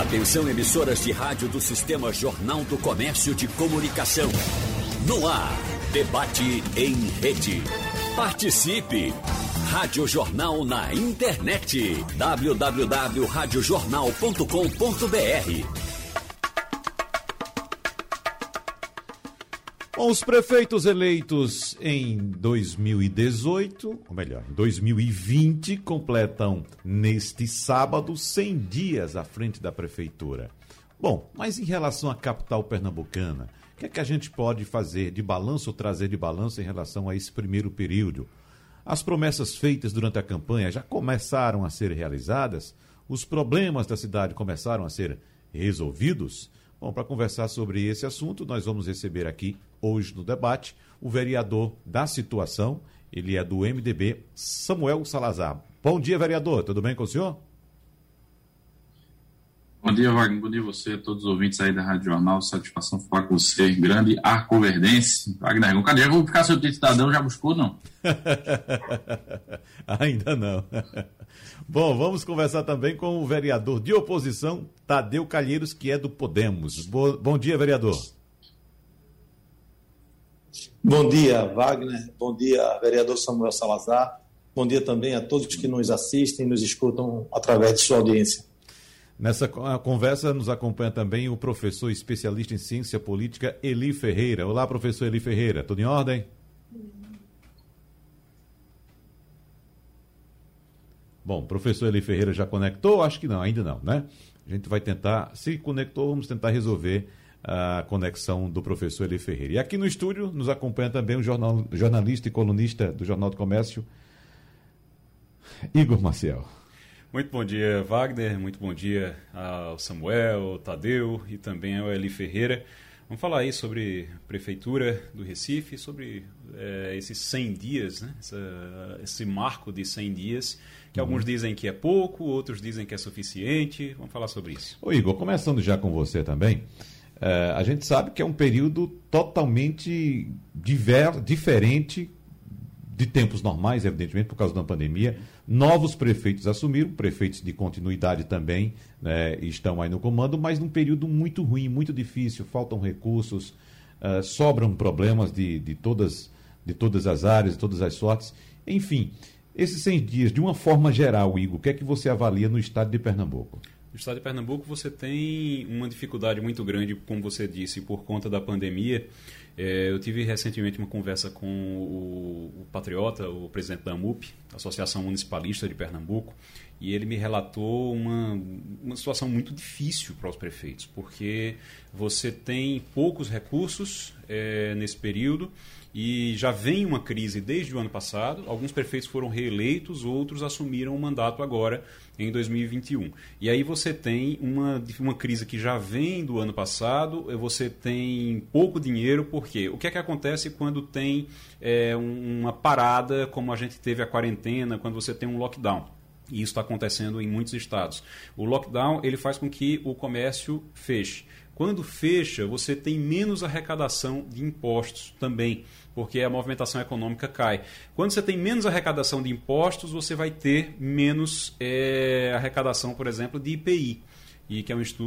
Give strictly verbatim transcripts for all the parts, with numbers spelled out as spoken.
Atenção, emissoras de rádio do Sistema Jornal do Comércio de Comunicação. No ar, debate em rede. Participe! Rádio Jornal na internet. w w w ponto rádio jornal ponto com ponto b r. Bom, os prefeitos eleitos em dois mil e dezoito, ou melhor, em dois mil e vinte, completam neste sábado cem dias à frente da prefeitura. Bom, mas em relação à capital pernambucana, o que é que a gente pode fazer de balanço ou trazer de balanço em relação a esse primeiro período? As promessas feitas durante a campanha já começaram a ser realizadas? Os problemas da cidade começaram a ser resolvidos? Bom, para conversar sobre esse assunto, nós vamos receber aqui, hoje no debate, o vereador da situação, ele é do M D B, Samuel Salazar. Bom dia, vereador, tudo bem com o senhor? Bom dia, Wagner, bom dia a você, todos os ouvintes aí da Rádio Jornal, satisfação falar com você, grande arcoverdense. Wagner, cadê? Eu vou ficar seu título cidadão, já buscou, não? Ainda não. Bom, vamos conversar também com o vereador de oposição, Tadeu Calheiros, que é do Podemos. Bo- Bom dia, vereador. Bom dia, Wagner. Bom dia, vereador Samuel Salazar. Bom dia também a todos que nos assistem e nos escutam através de sua audiência. Nessa conversa nos acompanha também o professor especialista em ciência política, Eli Ferreira. Olá, professor Eli Ferreira. Tudo em ordem? Bom, professor Eli Ferreira já conectou? Acho que não, ainda não, né? A gente vai tentar, se conectou, vamos tentar resolver a conexão do professor Eli Ferreira. E aqui no estúdio nos acompanha também o jornal, jornalista e colunista do Jornal do Comércio, Igor Maciel. Muito bom dia, Wagner, muito bom dia ao Samuel, ao Tadeu e também ao Eli Ferreira. Vamos falar aí sobre a Prefeitura do Recife, sobre é, esses cem dias, né? Essa, esse marco de cem dias, que uhum. alguns dizem que é pouco, outros dizem que é suficiente. Vamos falar sobre isso. Ô Igor, começando já com você também, é, a gente sabe que é um período totalmente diver, diferente de tempos normais, evidentemente, por causa da pandemia. Novos prefeitos assumiram, prefeitos de continuidade também, né, estão aí no comando, mas num período muito ruim, muito difícil, faltam recursos, uh, sobram problemas de, de, todas, de todas as áreas, de todas as sortes. Enfim, esses cem dias, de uma forma geral, Igor, o que é que você avalia no estado de Pernambuco? No estado de Pernambuco você tem uma dificuldade muito grande, como você disse, por conta da pandemia. É, eu tive recentemente uma conversa com o, o Patriota, o presidente da AMUP, Associação Municipalista de Pernambuco, e ele me relatou uma, uma situação muito difícil para os prefeitos, porque você tem poucos recursos é, nesse período e já vem uma crise desde o ano passado. Alguns prefeitos foram reeleitos, outros assumiram o mandato agora em dois mil e vinte e um. E aí você tem uma, uma crise que já vem do ano passado, você tem pouco dinheiro, porque o que é que acontece quando tem é, uma parada, como a gente teve a quarentena, quando você tem um lockdown? E isso está acontecendo em muitos estados. O lockdown ele faz com que o comércio feche. Quando fecha, você tem menos arrecadação de impostos também, porque a movimentação econômica cai. Quando você tem menos arrecadação de impostos, você vai ter menos é, arrecadação, por exemplo, de I P I, e que é um, o,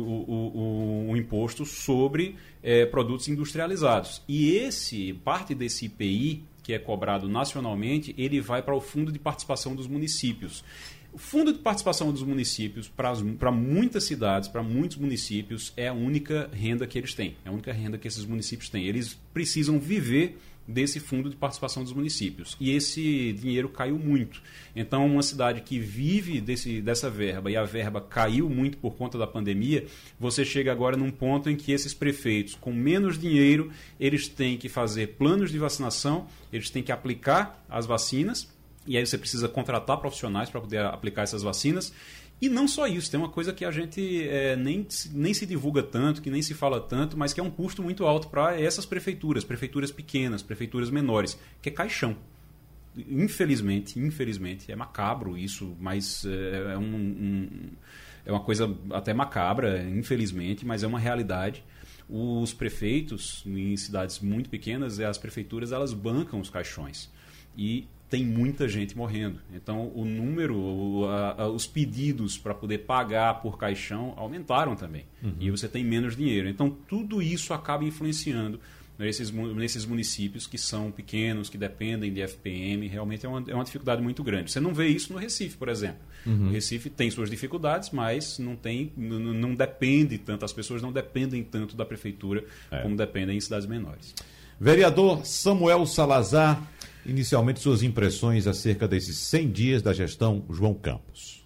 o, um imposto sobre é, produtos industrializados. E esse, parte desse I P I, que é cobrado nacionalmente, ele vai para o Fundo de Participação dos Municípios. O Fundo de Participação dos Municípios, para muitas cidades, para muitos municípios, é a única renda que eles têm, é a única renda que esses municípios têm. Eles precisam viver desse Fundo de Participação dos Municípios. E esse dinheiro caiu muito. Então, uma cidade que vive desse, dessa verba, e a verba caiu muito por conta da pandemia, você chega agora num ponto em que esses prefeitos, com menos dinheiro, eles têm que fazer planos de vacinação, eles têm que aplicar as vacinas, e aí você precisa contratar profissionais para poder aplicar essas vacinas. E não só isso, tem uma coisa que a gente é, nem, nem se divulga tanto, que nem se fala tanto, mas que é um custo muito alto para essas prefeituras, prefeituras pequenas, prefeituras menores, que é caixão. Infelizmente, infelizmente, é macabro isso, mas é, um, um, é uma coisa até macabra, infelizmente, mas é uma realidade. Os prefeitos, em cidades muito pequenas, as prefeituras, elas bancam os caixões. E tem muita gente morrendo. Então, o número, o, a, a, os pedidos para poder pagar por caixão aumentaram também. Uhum. E você tem menos dinheiro. Então, tudo isso acaba influenciando nesses, nesses municípios que são pequenos, que dependem de F P M. Realmente é uma, é uma dificuldade muito grande. Você não vê isso no Recife, por exemplo. Uhum. O Recife tem suas dificuldades, mas não, tem, não, não depende tanto, as pessoas não dependem tanto da prefeitura é. como dependem em cidades menores. Vereador Samuel Salazar, inicialmente suas impressões acerca desses cem dias da gestão João Campos.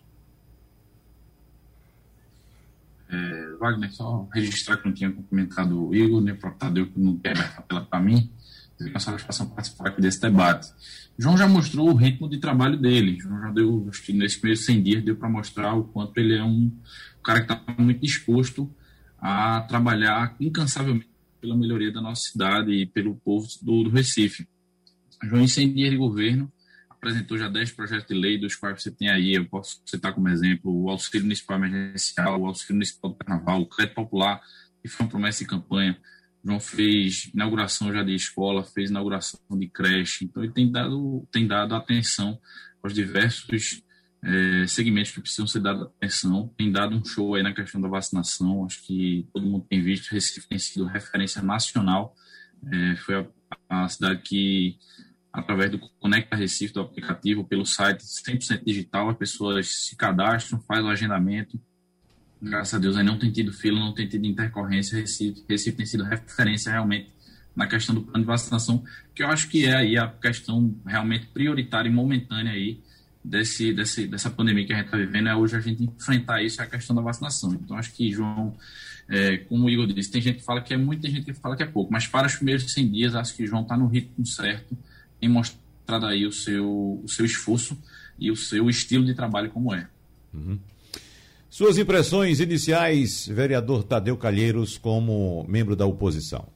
É, Wagner, só registrar que não tinha cumprimentado o Igor, nem o próprio Tadeu, que não quer aberto a tela para mim, dizer que é uma satisfação participar aqui desse debate. João já mostrou o ritmo de trabalho dele. João já deu, acho que nesses primeiros cem dias, deu para mostrar o quanto ele é um cara que está muito disposto a trabalhar incansavelmente pela melhoria da nossa cidade e pelo povo do, do Recife. João, em cem dias de governo, apresentou já dez projetos de lei, dos quais você tem aí, eu posso citar como exemplo, o auxílio municipal emergencial, o auxílio municipal do carnaval, o crédito popular, que foi uma promessa de campanha. João fez inauguração já de escola, fez inauguração de creche, então ele tem dado, tem dado atenção aos diversos é, segmentos que precisam ser dados atenção, tem dado um show aí na questão da vacinação, acho que todo mundo tem visto, Recife tem sido referência nacional, é, foi a, a cidade que, através do Conecta Recife, do aplicativo, pelo site cem por cento digital, as pessoas se cadastram, fazem o agendamento. Graças a Deus aí não tem tido fila, não tem tido intercorrência. Recife, Recife tem sido referência realmente na questão do plano de vacinação, que eu acho que é aí a questão realmente prioritária e momentânea aí desse, desse, dessa pandemia que a gente está vivendo, é hoje a gente enfrentar isso, é a questão da vacinação. Então acho que, João, é, como o Igor disse, tem gente que fala que é muito, tem gente que fala que é pouco, mas para os primeiros cem dias, acho que João está no ritmo certo, tem mostrado aí o seu, o seu esforço e o seu estilo de trabalho como é. Uhum. Suas impressões iniciais, vereador Tadeu Calheiros, como membro da oposição.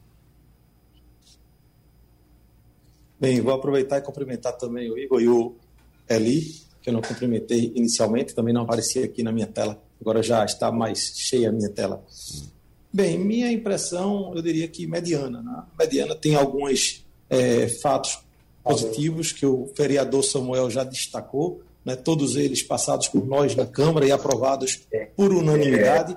Bem, vou aproveitar e cumprimentar também o Igor e o Eli, que eu não cumprimentei inicialmente, também não aparecia aqui na minha tela, agora já está mais cheia a minha tela. Bem, minha impressão, eu diria que mediana, né? Mediana tem alguns é, fatos positivos que o vereador Samuel já destacou, né, todos eles passados por nós da Câmara e aprovados por unanimidade.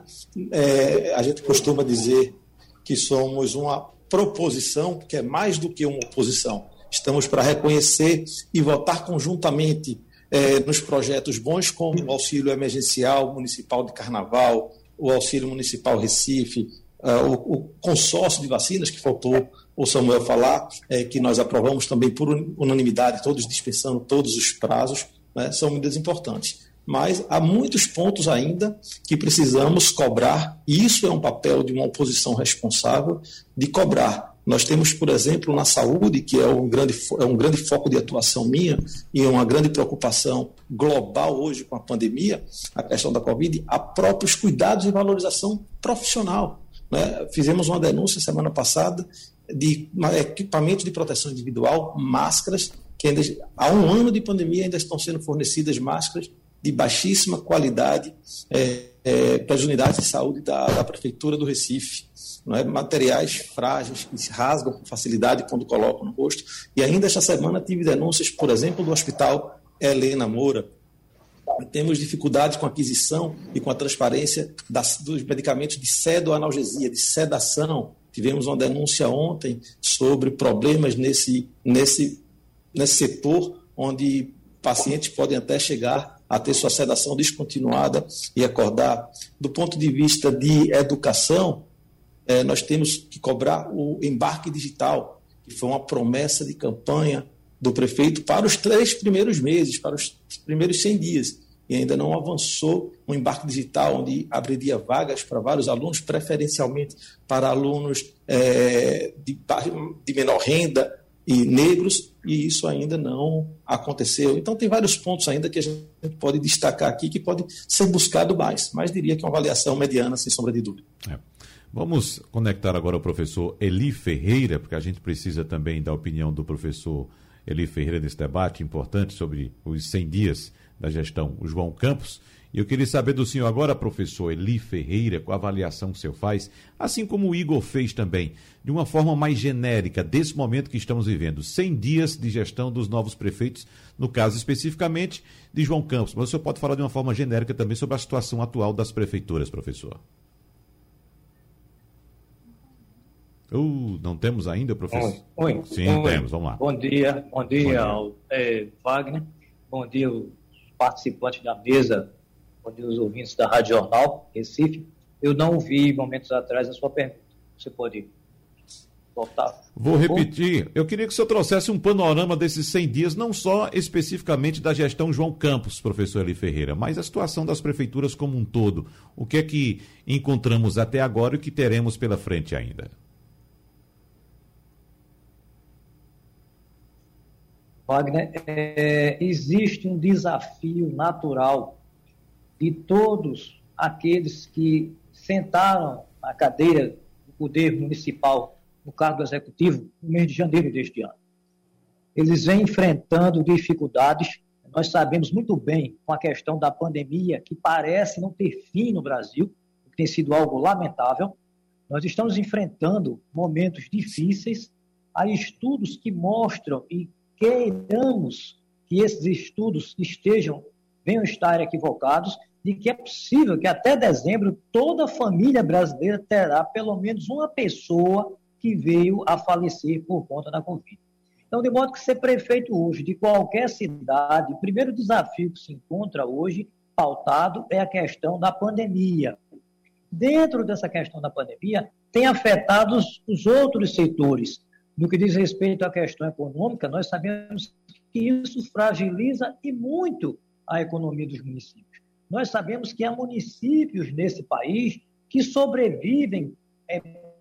É, a gente costuma dizer que somos uma proposição, que é mais do que uma oposição. Estamos para reconhecer e votar conjuntamente é, nos projetos bons, como o auxílio emergencial municipal de Carnaval, o auxílio municipal Recife, uh, o, o consórcio de vacinas, que faltou o Samuel falar, é, que nós aprovamos também por unanimidade, todos dispensando todos os prazos, né, são medidas importantes. Mas há muitos pontos ainda que precisamos cobrar, e isso é um papel de uma oposição responsável, de cobrar. Nós temos, por exemplo, na saúde, que é um grande, é um grande foco de atuação minha e é uma grande preocupação global hoje com a pandemia, a questão da Covid, há próprios cuidados e valorização profissional. Né? Fizemos uma denúncia semana passada de equipamentos de proteção individual, máscaras, que ainda, há um ano de pandemia ainda estão sendo fornecidas máscaras de baixíssima qualidade é, é, para as unidades de saúde da, da Prefeitura do Recife. Não é? Materiais frágeis que se rasgam com facilidade quando colocam no rosto. E ainda esta semana tive denúncias, por exemplo, do Hospital Helena Moura. Temos dificuldade com a aquisição e com a transparência das, dos medicamentos de sedoanalgesia, de sedação. Tivemos uma denúncia ontem sobre problemas nesse, nesse, nesse setor, onde pacientes podem até chegar a ter sua sedação descontinuada e acordar. Do ponto de vista de educação, eh, nós temos que cobrar o embarque digital, que foi uma promessa de campanha do prefeito para os três primeiros meses, para os primeiros cem dias, e ainda não avançou um embarque digital, onde abriria vagas para vários alunos, preferencialmente para alunos eh, de, de menor renda e negros, e isso ainda não aconteceu. Então tem vários pontos ainda que a gente pode destacar aqui, que pode ser buscado mais, mas diria que é uma avaliação mediana, sem sombra de dúvida. É. Vamos conectar agora o professor Eli Ferreira, porque a gente precisa também da opinião do professor Eli Ferreira nesse debate importante sobre os cem dias da gestão João Campos. E eu queria saber do senhor agora, professor Eli Ferreira, com a avaliação que o senhor faz, assim como o Igor fez também, de uma forma mais genérica, desse momento que estamos vivendo, cem dias de gestão dos novos prefeitos, no caso especificamente de João Campos. Mas o senhor pode falar de uma forma genérica também sobre a situação atual das prefeituras, professor. Uh, não temos ainda, professor? Oi, oi, Sim, oi. temos, vamos lá. Bom dia, bom dia, bom dia. Ao é, Wagner, bom dia aos participantes da mesa, bom dia aos ouvintes da Rádio Jornal, Recife. Eu não vi momentos atrás a sua pergunta. Você pode voltar? Vou repetir. Eu queria que o senhor trouxesse um panorama desses cem dias, não só especificamente da gestão João Campos, professor Eli Ferreira, mas a situação das prefeituras como um todo. O que é que encontramos até agora e o que teremos pela frente ainda? Wagner, é, existe um desafio natural de todos aqueles que sentaram na cadeira do poder municipal no cargo executivo no mês de janeiro deste ano. Eles vêm enfrentando dificuldades. Nós sabemos muito bem com a questão da pandemia, que parece não ter fim no Brasil, que tem sido algo lamentável. Nós estamos enfrentando momentos difíceis. Há estudos que mostram e queiramos que esses estudos estejam, venham estar equivocados, de que é possível que até dezembro toda a família brasileira terá pelo menos uma pessoa que veio a falecer por conta da Covid. Então, de modo que ser prefeito hoje de qualquer cidade, o primeiro desafio que se encontra hoje pautado é a questão da pandemia. Dentro dessa questão da pandemia, tem afetado os, os outros setores. No que diz respeito à questão econômica, nós sabemos que isso fragiliza e muito a economia dos municípios. Nós sabemos que há municípios nesse país que sobrevivem, é,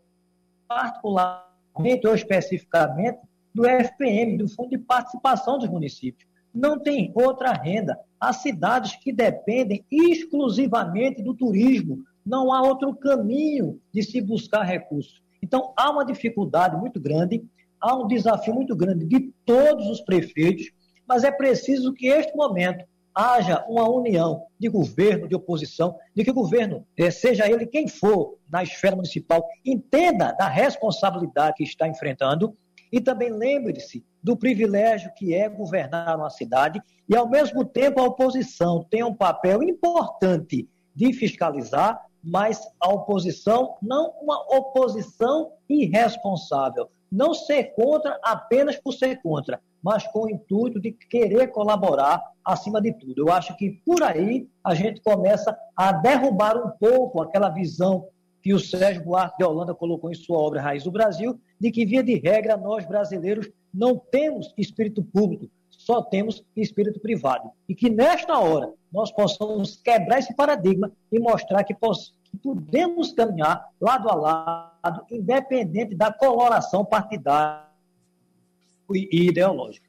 particularmente ou especificamente, do F P M, do Fundo de Participação dos Municípios. Não tem outra renda. Há cidades que dependem exclusivamente do turismo. Não há outro caminho de se buscar recursos. Então, há uma dificuldade muito grande, há um desafio muito grande de todos os prefeitos, mas é preciso que, neste momento, haja uma união de governo, de oposição, de que o governo, seja ele quem for na esfera municipal, entenda da responsabilidade que está enfrentando e também lembre-se do privilégio que é governar uma cidade e, ao mesmo tempo, a oposição tem um papel importante de fiscalizar, mas a oposição, não uma oposição irresponsável, não ser contra apenas por ser contra, mas com o intuito de querer colaborar acima de tudo. Eu acho que por aí a gente começa a derrubar um pouco aquela visão que o Sérgio Buarque de Holanda colocou em sua obra Raiz do Brasil, de que, via de regra, nós brasileiros não temos espírito público, só temos espírito privado. E que, nesta hora, nós possamos quebrar esse paradigma e mostrar que, que podemos caminhar lado a lado, independente da coloração partidária e ideológica.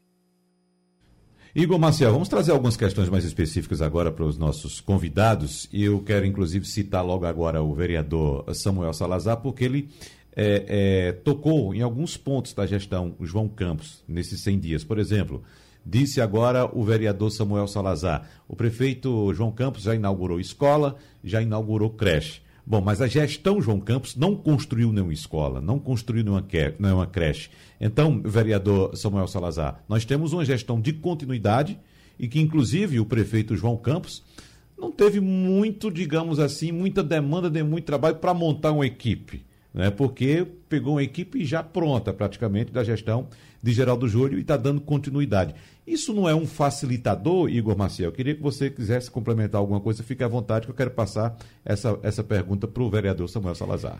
Igor Maciel, vamos trazer algumas questões mais específicas agora para os nossos convidados. E eu quero, inclusive, citar logo agora o vereador Samuel Salazar, porque ele é, é, tocou em alguns pontos da gestão João Campos nesses cem dias. Por exemplo, disse agora o vereador Samuel Salazar, o prefeito João Campos já inaugurou escola, já inaugurou creche. Bom, mas a gestão João Campos não construiu nenhuma escola, não construiu nenhuma, nenhuma creche. Então, vereador Samuel Salazar, nós temos uma gestão de continuidade e que, inclusive, o prefeito João Campos não teve muito, digamos assim, muita demanda de muito trabalho para montar uma equipe, né? Porque pegou uma equipe já pronta, praticamente, da gestão de Geraldo Júlio e está dando continuidade. Isso não é um facilitador, Igor Maciel? Eu queria que você quisesse complementar alguma coisa, fique à vontade, que eu quero passar essa, essa pergunta para o vereador Samuel Salazar.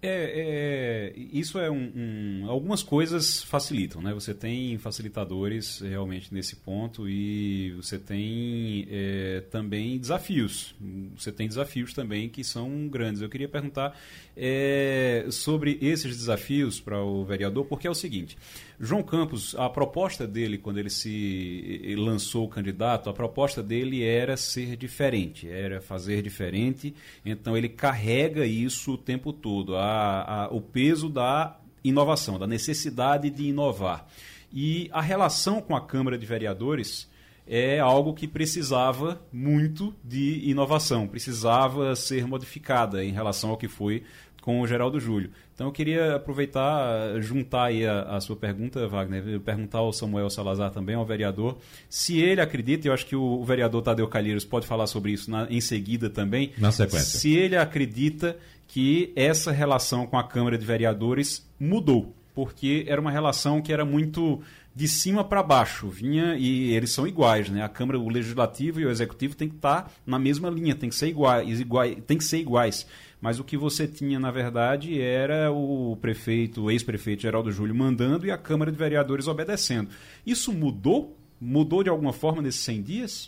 É, é, isso é um, um... Algumas coisas facilitam, né? Você tem facilitadores realmente nesse ponto e você tem é, também desafios. Você tem desafios também que são grandes. Eu queria perguntar é, sobre esses desafios para o vereador, porque é o seguinte, João Campos, a proposta dele, quando ele se lançou o candidato, a proposta dele era ser diferente, era fazer diferente, então ele carrega isso o tempo todo, a, a, o peso da inovação, da necessidade de inovar. E a relação com a Câmara de Vereadores é algo que precisava muito de inovação, precisava ser modificada em relação ao que foi com o Geraldo Júlio. Então eu queria aproveitar, juntar aí a, a sua pergunta, Wagner, perguntar ao Samuel Salazar também, ao vereador, se ele acredita, eu acho que o, o vereador Tadeu Calheiros pode falar sobre isso na, em seguida também, na sequência, se ele acredita que essa relação com a Câmara de Vereadores mudou, porque era uma relação que era muito de cima para baixo, vinha, e eles são iguais, né? A Câmara, o Legislativo e o Executivo tem que estar na mesma linha, tem que ser iguais, iguais, tem que ser iguais. Mas o que você tinha, na verdade, era o prefeito, o ex-prefeito Geraldo Júlio mandando e a Câmara de Vereadores obedecendo. Isso mudou? Mudou de alguma forma nesses cem dias?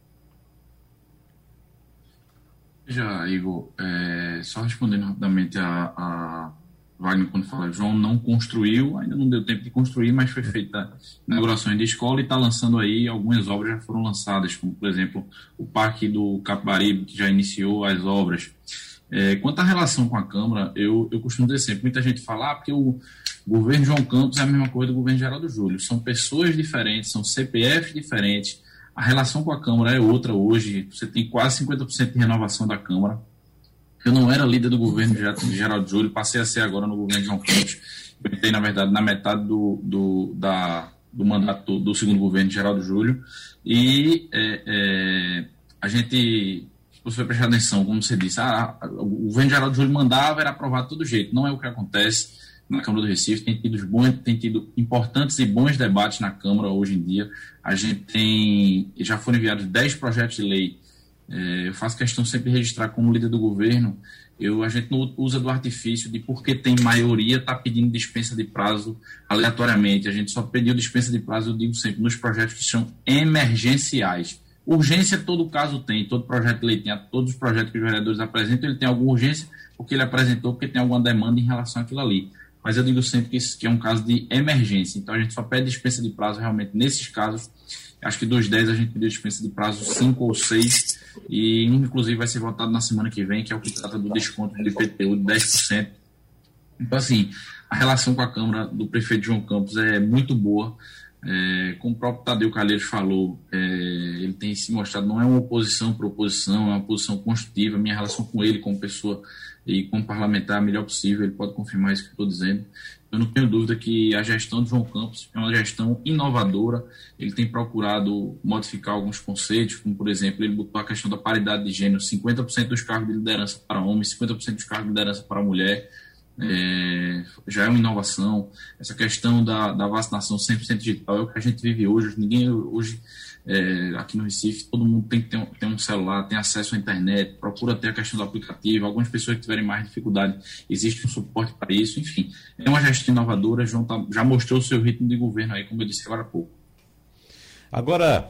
Já, Igor, é, só respondendo rapidamente a, a Wagner quando fala, João não construiu, ainda não deu tempo de construir, mas foi feita inaugurações de escola e está lançando aí, algumas obras já foram lançadas, como, por exemplo, o Parque do Capibaribe, que já iniciou as obras. É, quanto à relação com a Câmara, eu, eu costumo dizer sempre, muita gente fala, ah, porque o governo João Campos é a mesma coisa do governo Geraldo Júlio. São pessoas diferentes, são C P Fs diferentes, a relação com a Câmara é outra hoje, você tem quase cinquenta por cento de renovação da Câmara. Eu não era líder do governo de Geraldo Júlio, passei a ser agora no governo de João Campos. Eu entrei, na verdade, na metade do, do, da, do mandato do segundo governo de Geraldo Júlio. E é, é, a gente, se você prestar atenção, como você disse, ah, o governo de Geraldo Júlio mandava, era aprovado de todo jeito. Não é o que acontece na Câmara do Recife. Tem tido, bons, tem tido importantes e bons debates na Câmara hoje em dia. A gente tem, já foram enviados dez projetos de lei. É, eu faço questão sempre de registrar como líder do governo, eu, a gente não usa do artifício de porque tem maioria, está pedindo dispensa de prazo aleatoriamente. A gente só pediu dispensa de prazo, eu digo sempre, nos projetos que são emergenciais. Urgência todo caso tem, todo projeto de lei tem, todos os projetos que os vereadores apresentam, ele tem alguma urgência porque ele apresentou, porque tem alguma demanda em relação àquilo ali. Mas eu digo sempre que isso que é um caso de emergência, então a gente só pede dispensa de prazo realmente nesses casos. Acho que dos dez a gente pediu dispensa de prazo cinco ou seis, e inclusive vai ser votado na semana que vem, que é o que trata do desconto do I P T U de dez por cento. Então, assim, a relação com a Câmara do prefeito João Campos é muito boa. É, como o próprio Tadeu Calheiros falou, é, ele tem se mostrado, não é uma oposição para oposição, é uma posição construtiva. Minha relação com ele, como pessoa e como parlamentar, é a melhor possível, ele pode confirmar isso que eu estou dizendo. Eu não tenho dúvida que a gestão de João Campos é uma gestão inovadora. Ele tem procurado modificar alguns conceitos, como, por exemplo, ele botou a questão da paridade de gênero, cinquenta por cento dos cargos de liderança para homens, cinquenta por cento dos cargos de liderança para mulher. É, já é uma inovação. Essa questão da, da vacinação cem por cento digital é o que a gente vive hoje. Ninguém hoje, é, aqui no Recife, todo mundo tem que ter um, ter um celular, tem acesso à internet, procura ter a questão do aplicativo. Algumas pessoas que tiverem mais dificuldade, existe um suporte para isso. Enfim, é uma gestão inovadora. João tá, já mostrou o seu ritmo de governo aí, como eu disse agora há pouco. Agora,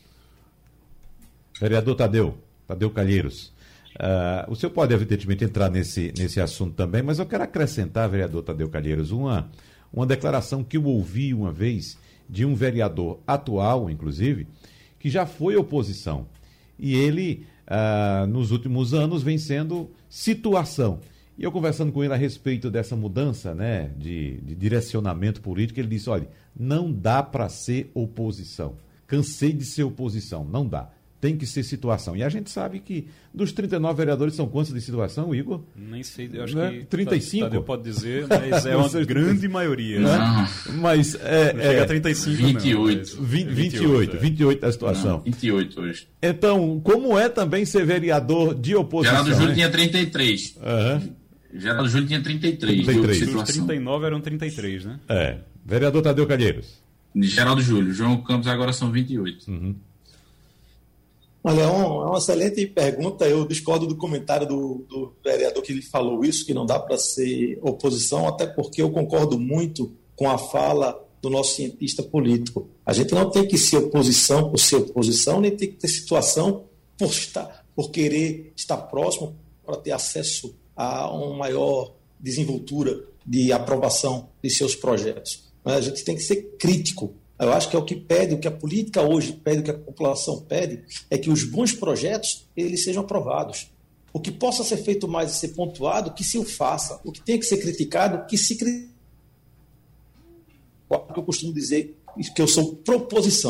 vereador Tadeu, Tadeu Calheiros, Uh, o senhor pode, evidentemente, entrar nesse, nesse assunto também, mas eu quero acrescentar, vereador Tadeu Calheiros, uma, uma declaração que eu ouvi uma vez de um vereador atual, inclusive, que já foi oposição. E ele, uh, nos últimos anos, vem sendo situação. E eu conversando com ele a respeito dessa mudança, né, de, de direcionamento político, ele disse, olha, não dá para ser oposição. Cansei de ser oposição, não dá. Tem que ser situação. E a gente sabe que dos trinta e nove vereadores são quantos de situação, Igor? Nem sei, eu acho né? que trinta e cinco? Tadeu pode dizer, mas é uma grande maioria. Né? Não. Mas é, não chega é, a trinta e cinco, vinte e oito. não. vinte, vinte e oito, vinte e oito da situação. Não, vinte e oito hoje. Então, como é também ser vereador de oposição? Geraldo Júlio né? tinha trinta e três. Uhum. Geraldo Júlio tinha trinta e três. trinta e três. Os trinta e nove eram trinta e três, né? É. Vereador Tadeu Calheiros. Geraldo Júlio. João Campos agora são vinte e oito. Uhum. Olha, é uma excelente pergunta. Eu discordo do comentário do, do vereador que ele falou isso, que não dá para ser oposição, até porque eu concordo muito com a fala do nosso cientista político. A gente não tem que ser oposição por ser oposição, nem tem que ter situação por, estar, por querer estar próximo para ter acesso a uma maior desenvoltura de aprovação de seus projetos. Mas a gente tem que ser crítico. Eu acho que é o que pede, o que a política hoje pede, o que a população pede, é que os bons projetos eles sejam aprovados. O que possa ser feito mais e ser pontuado, que se o faça. O que tem que ser criticado, que se critique. Eu costumo dizer que eu sou proposição.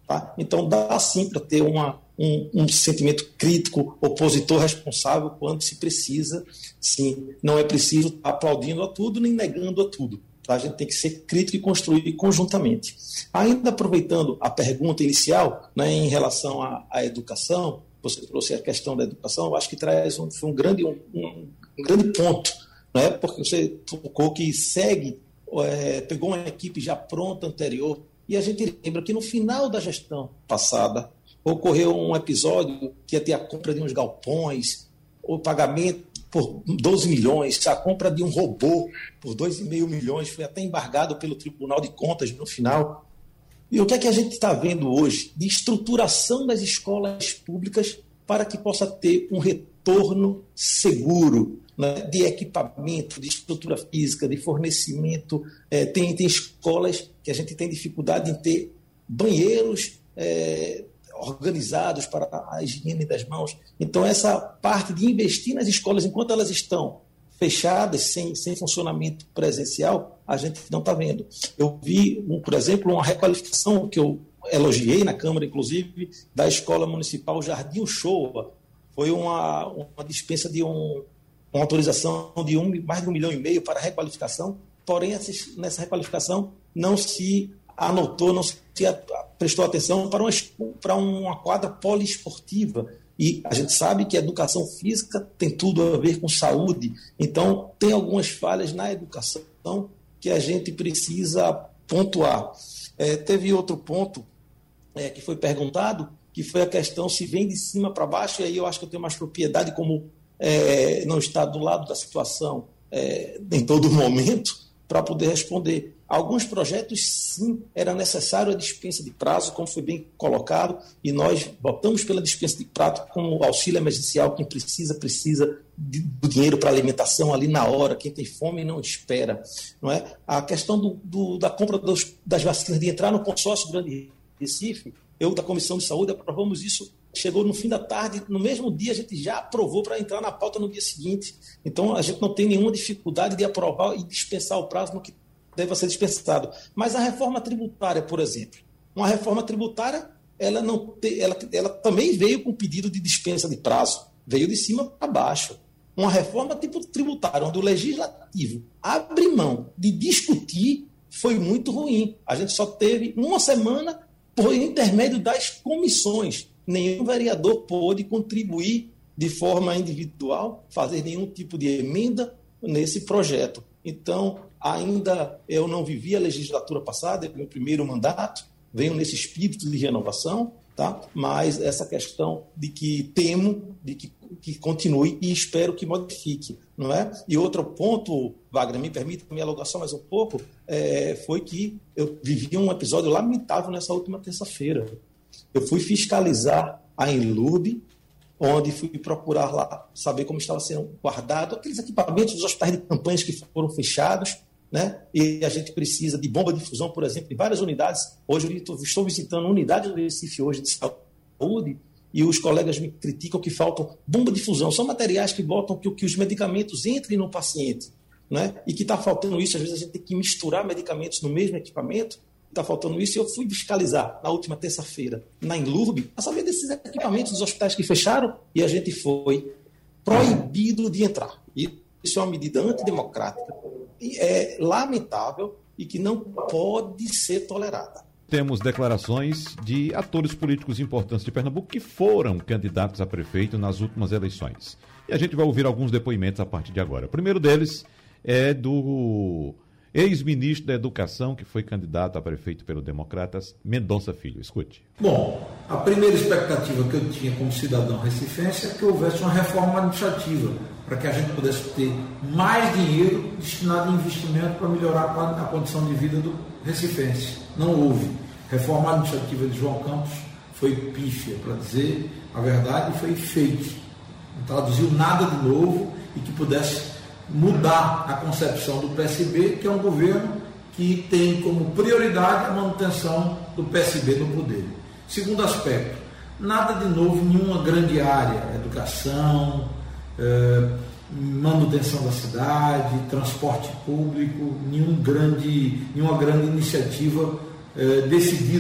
Tá? Então, dá sim para ter uma, um, um sentimento crítico, opositor responsável quando se precisa. Sim, não é preciso estar aplaudindo a tudo nem negando a tudo. Tá? A gente tem que ser crítico e construir conjuntamente. Ainda aproveitando a pergunta inicial, né, em relação à, à educação, você trouxe a questão da educação, eu acho que traz um, foi um, grande, um, um, um grande ponto, né, porque você tocou que segue, é, pegou uma equipe já pronta anterior. E a gente lembra que no final da gestão passada ocorreu um episódio que ia ter a compra de uns galpões, o pagamento por doze milhões, a compra de um robô por dois vírgula cinco milhões, foi até embargado pelo Tribunal de Contas no final. E o que é que a gente está vendo hoje? De estruturação das escolas públicas para que possa ter um retorno seguro, né, de equipamento, de estrutura física, de fornecimento. É, tem, tem escolas que a gente tem dificuldade em ter banheiros é, organizados para a higiene das mãos. Então, essa parte de investir nas escolas enquanto elas estão fechadas, sem, sem funcionamento presencial, a gente não está vendo. Eu vi, um, por exemplo, uma requalificação que eu elogiei na Câmara, inclusive, da Escola Municipal Jardim Uchoa. Foi uma, uma dispensa de um uma autorização de um, mais de um milhão e meio para requalificação, porém nessa requalificação não se anotou, não se prestou atenção para uma, para uma quadra poliesportiva. E a gente sabe que a educação física tem tudo a ver com saúde, então tem algumas falhas na educação que a gente precisa pontuar. É, teve outro ponto é, que foi perguntado, que foi a questão se vem de cima para baixo, e aí eu acho que eu tenho mais propriedade como É, não está do lado da situação é, em todo momento para poder responder. Alguns projetos, sim, era necessário a dispensa de prazo, como foi bem colocado, e nós votamos pela dispensa de prazo como auxílio emergencial. Quem precisa, precisa de, do dinheiro para alimentação ali na hora, quem tem fome não espera. Não é? A questão do, do, da compra dos, das vacinas, de entrar no consórcio Grande Recife, eu da Comissão de Saúde aprovamos isso. Chegou no fim da tarde, no mesmo dia a gente já aprovou para entrar na pauta no dia seguinte. Então a gente não tem nenhuma dificuldade de aprovar e dispensar o prazo no que deve ser dispensado. Mas a reforma tributária, por exemplo, uma reforma tributária, ela, não te, ela, ela também veio com pedido de dispensa de prazo, veio de cima para baixo. Uma reforma tipo tributária, onde o legislativo abre mão de discutir, foi muito ruim. A gente só teve uma semana por intermédio das comissões. Nenhum vereador pôde contribuir de forma individual, fazer nenhum tipo de emenda nesse projeto. Então, ainda eu não vivi a legislatura passada, é meu primeiro mandato, venho nesse espírito de renovação, tá? Mas essa questão de que temo de que, que continue e espero que modifique, não é? E outro ponto, Wagner, me permita me alongar só mais um pouco, é, foi que eu vivi um episódio lamentável nessa última terça-feira. Eu fui fiscalizar a Enlube, onde fui procurar lá saber como estava sendo guardado aqueles equipamentos dos hospitais de campanhas que foram fechados, né? E a gente precisa de bomba de difusão, por exemplo, em várias unidades. Hoje eu estou visitando unidades do Recife hoje de saúde e os colegas me criticam que faltam bomba de difusão. São materiais que botam que, que os medicamentos entrem no paciente, né? E que está faltando isso. Às vezes a gente tem que misturar medicamentos no mesmo equipamento. Está faltando isso, e eu fui fiscalizar na última terça-feira na Enlube para saber desses equipamentos dos hospitais que fecharam, e a gente foi proibido de entrar. E isso é uma medida antidemocrática, e é lamentável e que não pode ser tolerada. Temos declarações de atores políticos importantes de Pernambuco que foram candidatos a prefeito nas últimas eleições. E a gente vai ouvir alguns depoimentos a partir de agora. O primeiro deles é do ex-ministro da Educação, que foi candidato a prefeito pelo Democratas, Mendonça Filho. Escute. Bom, a primeira expectativa que eu tinha como cidadão recifense é que houvesse uma reforma administrativa para que a gente pudesse ter mais dinheiro destinado a investimento para melhorar a condição de vida do recifense. Não houve. Reforma administrativa de João Campos foi pífia, para dizer a verdade, e foi fake. Não traduziu nada de novo e que pudesse mudar a concepção do P S B, que é um governo que tem como prioridade a manutenção do P S B no poder. Segundo aspecto, nada de novo em nenhuma grande área, educação, eh, manutenção da cidade, transporte público, nenhum grande, nenhuma grande iniciativa eh, decidida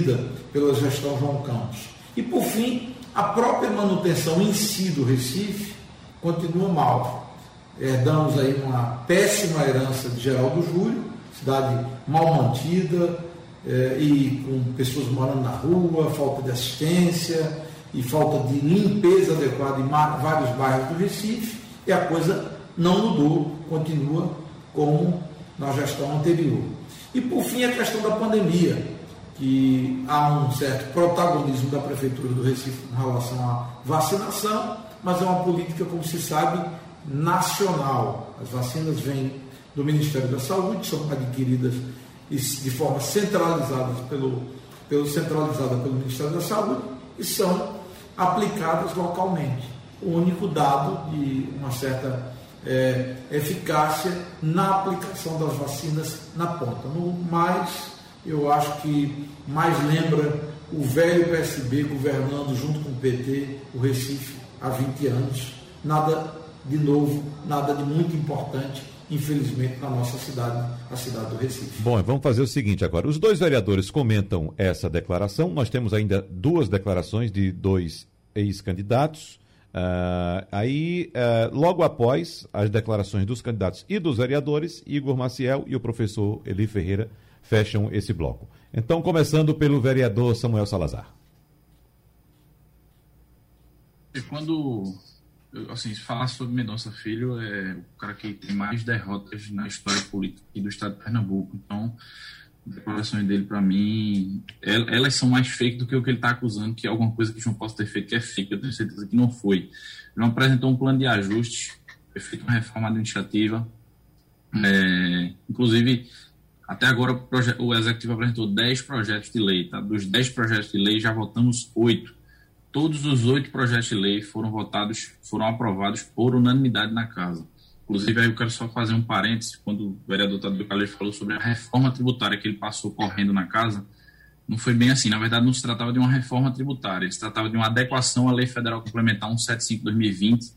pela gestão João Campos. E, por fim, a própria manutenção em si do Recife continua mal. Herdamos aí uma péssima herança de Geraldo Júlio, cidade mal mantida eh, e com pessoas morando na rua, falta de assistência e falta de limpeza adequada em vários bairros do Recife, e a coisa não mudou, continua como na gestão anterior. E, por fim, a questão da pandemia, que há um certo protagonismo da Prefeitura do Recife em relação à vacinação, mas é uma política, como se sabe, nacional. As vacinas vêm do Ministério da Saúde, são adquiridas de forma centralizada pelo, pelo, centralizada pelo Ministério da Saúde e são aplicadas localmente. O único dado de uma certa é, eficácia na aplicação das vacinas na ponta. No mais, eu acho que mais lembra o velho P S B governando junto com o P T o Recife há vinte anos. Nada de novo, nada de muito importante, infelizmente, na nossa cidade, a cidade do Recife. Bom, vamos fazer o seguinte agora. Os dois vereadores comentam essa declaração. Nós temos ainda duas declarações de dois ex-candidatos. Uh, aí, uh, logo após as declarações dos candidatos e dos vereadores, Igor Maciel e o professor Eli Ferreira fecham esse bloco. Então, começando pelo vereador Samuel Salazar. Quando, assim, falar sobre Mendonça Filho, é o cara que tem mais derrotas na história política do estado de Pernambuco. Então, as declarações dele, para mim, elas são mais fake do que o que ele está acusando, que é alguma coisa que João possa ter feito que é fake. Eu tenho certeza que não foi. Ele não apresentou um plano de ajuste, foi feita uma reforma administrativa, é, inclusive... Até agora, o, proje- o Executivo apresentou dez projetos de lei. Tá? Dos dez projetos de lei, já votamos oito. Todos os oito projetos de lei foram votados, foram aprovados por unanimidade na Casa. Inclusive, aí eu quero só fazer um parêntese. Quando o vereador Tadeu Calleiro falou sobre a reforma tributária que ele passou correndo na Casa, não foi bem assim. Na verdade, não se tratava de uma reforma tributária. Se tratava de uma adequação à Lei Federal Complementar cento e setenta e cinco de dois mil e vinte.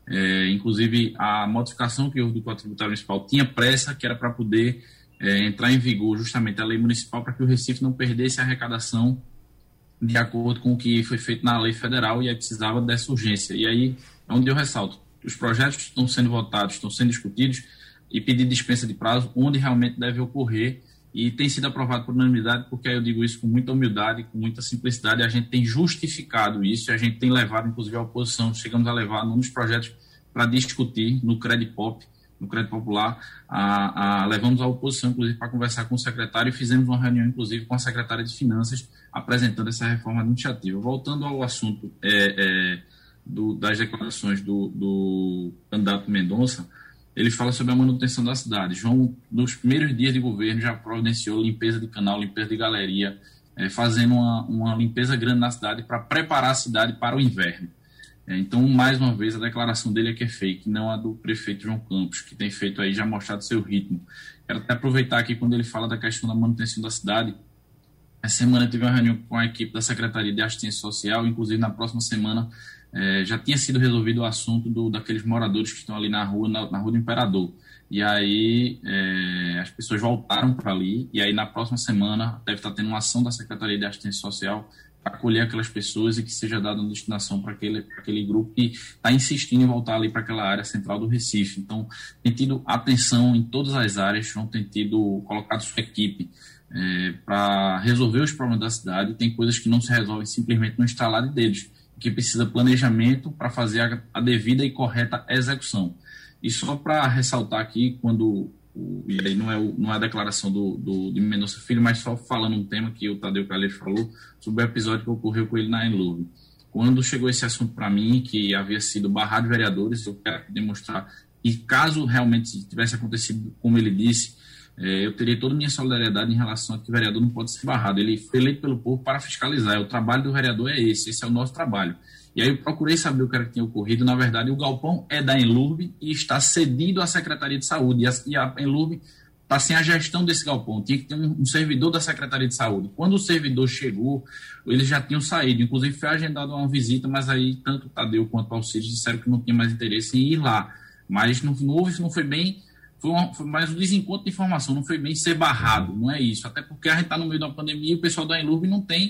É, inclusive, a modificação que houve do Código Tributário Municipal tinha pressa, que era para poder... É, entrar em vigor justamente a lei municipal para que o Recife não perdesse a arrecadação de acordo com o que foi feito na lei federal, e aí precisava dessa urgência. E aí é onde eu ressalto, os projetos estão sendo votados, estão sendo discutidos e pedir dispensa de prazo onde realmente deve ocorrer, e tem sido aprovado por unanimidade, porque aí eu digo isso com muita humildade, com muita simplicidade, a gente tem justificado isso, e a gente tem levado inclusive a oposição, chegamos a levar nos projetos para discutir no Credipop, no Crédito Popular, a, a, levamos a oposição, inclusive, para conversar com o secretário, e fizemos uma reunião, inclusive, com a secretária de Finanças, apresentando essa reforma administrativa. Voltando ao assunto é, é, do, das declarações do, do candidato Mendonça, ele fala sobre a manutenção da cidade. João, nos primeiros dias de governo, já providenciou limpeza de canal, limpeza de galeria, é, fazendo uma, uma limpeza grande na cidade para preparar a cidade para o inverno. Então, mais uma vez, a declaração dele é que é fake, não a do prefeito João Campos, que tem feito aí, já mostrado seu ritmo. Quero até aproveitar aqui, quando ele fala da questão da manutenção da cidade. Essa semana eu tive uma reunião com a equipe da Secretaria de Assistência Social, inclusive na próxima semana eh, já tinha sido resolvido o assunto do, daqueles moradores que estão ali na rua, na, na Rua do Imperador. E aí eh, as pessoas voltaram para ali, e aí na próxima semana deve estar tendo uma ação da Secretaria de Assistência Social para acolher aquelas pessoas e que seja dada uma destinação para aquele, para aquele grupo que está insistindo em voltar ali para aquela área central do Recife. Então, tem tido atenção em todas as áreas, João tem tido colocado sua equipe é, para resolver os problemas da cidade. Tem coisas que não se resolvem simplesmente no instalar deles, que precisa planejamento para fazer a, a devida e correta execução. E só para ressaltar aqui, quando... e aí não é, não é a declaração do, do, de Mendonça Filho, mas só falando um tema que o Tadeu Calleiro falou sobre o episódio que ocorreu com ele na Enlurb. Quando chegou esse assunto para mim, que havia sido barrado de vereadores, eu quero demonstrar que caso realmente tivesse acontecido como ele disse, é, eu teria toda a minha solidariedade em relação a que o vereador não pode ser barrado. Ele foi eleito pelo povo para fiscalizar, o trabalho do vereador é esse, esse é o nosso trabalho. E aí eu procurei saber o que era que tinha ocorrido. Na verdade, o galpão é da Enlurb e está cedido à Secretaria de Saúde. E a Enlurb está sem a gestão desse galpão. Tinha que ter um, um servidor da Secretaria de Saúde. Quando o servidor chegou, eles já tinham saído. Inclusive, foi agendada uma visita, mas aí tanto o Tadeu quanto o Alcides disseram que não tinha mais interesse em ir lá. Mas não, não houve, não foi bem... Foi, uma, foi mais um desencontro de informação. Não foi bem ser barrado, não é isso. Até porque a gente está no meio da pandemia e o pessoal da Enlurb não tem